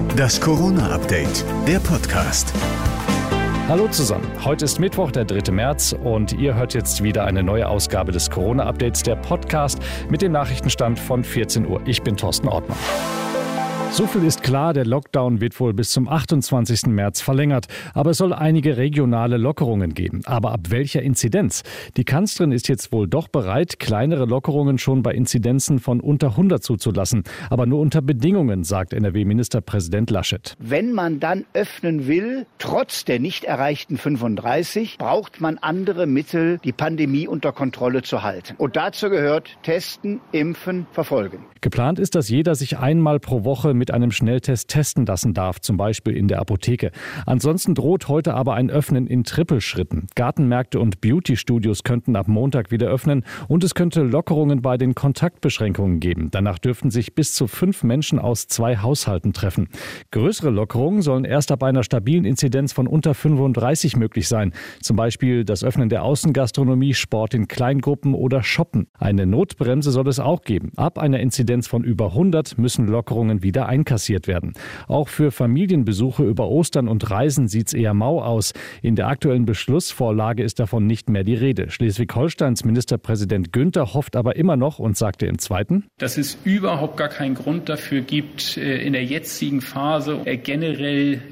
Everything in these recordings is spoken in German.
Das Corona-Update, der Podcast. Hallo zusammen, heute ist Mittwoch, der 3. März und ihr hört jetzt wieder eine neue Ausgabe des Corona-Updates, der Podcast mit dem Nachrichtenstand von 14 Uhr. Ich bin Thorsten Ortmann. So viel ist klar, der Lockdown wird wohl bis zum 28. März verlängert. Aber es soll einige regionale Lockerungen geben. Aber ab welcher Inzidenz? Die Kanzlerin ist jetzt wohl doch bereit, kleinere Lockerungen schon bei Inzidenzen von unter 100 zuzulassen. Aber nur unter Bedingungen, sagt NRW-Ministerpräsident Laschet. Wenn man dann öffnen will, trotz der nicht erreichten 35, braucht man andere Mittel, die Pandemie unter Kontrolle zu halten. Und dazu gehört Testen, Impfen, Verfolgen. Geplant ist, dass jeder sich einmal pro Woche mit einem Schnelltest testen lassen darf, zum Beispiel in der Apotheke. Ansonsten droht heute aber ein Öffnen in Trippelschritten. Gartenmärkte und Beauty-Studios könnten ab Montag wieder öffnen und es könnte Lockerungen bei den Kontaktbeschränkungen geben. Danach dürften sich bis zu 5 Menschen aus 2 Haushalten treffen. Größere Lockerungen sollen erst ab einer stabilen Inzidenz von unter 35 möglich sein. Zum Beispiel das Öffnen der Außengastronomie, Sport in Kleingruppen oder Shoppen. Eine Notbremse soll es auch geben. Ab einer Inzidenz von über 100 müssen Lockerungen wieder einkassiert werden. Auch für Familienbesuche über Ostern und Reisen sieht es eher mau aus. In der aktuellen Beschlussvorlage ist davon nicht mehr die Rede. Schleswig-Holsteins Ministerpräsident Günther hofft aber immer noch und sagte im Zweiten, dass es überhaupt gar keinen Grund dafür gibt, in der jetzigen Phase generell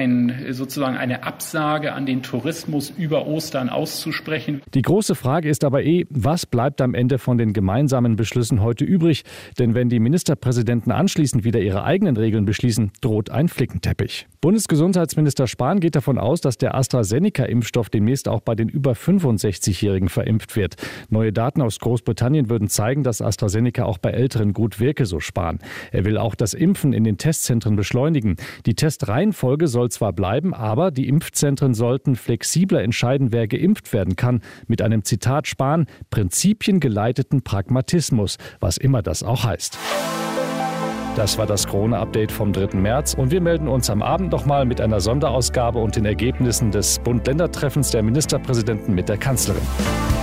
eine Absage an den Tourismus über Ostern auszusprechen. Die große Frage ist aber was bleibt am Ende von den gemeinsamen Beschlüssen heute übrig? Denn wenn die Ministerpräsidenten anschließend wieder ihre eigenen Regeln beschließen, droht ein Flickenteppich. Bundesgesundheitsminister Spahn geht davon aus, dass der AstraZeneca-Impfstoff demnächst auch bei den über 65-Jährigen verimpft wird. Neue Daten aus Großbritannien würden zeigen, dass AstraZeneca auch bei Älteren gut wirke, so Spahn. Er will auch das Impfen in den Testzentren beschleunigen. Die Testreihenfolge soll zwar bleiben, aber die Impfzentren sollten flexibler entscheiden, wer geimpft werden kann. Mit einem Zitat Spahn: prinzipiengeleiteten Pragmatismus, was immer das auch heißt. Das war das Corona-Update vom 3. März und wir melden uns am Abend nochmal mit einer Sonderausgabe und den Ergebnissen des Bund-Länder-Treffens der Ministerpräsidenten mit der Kanzlerin.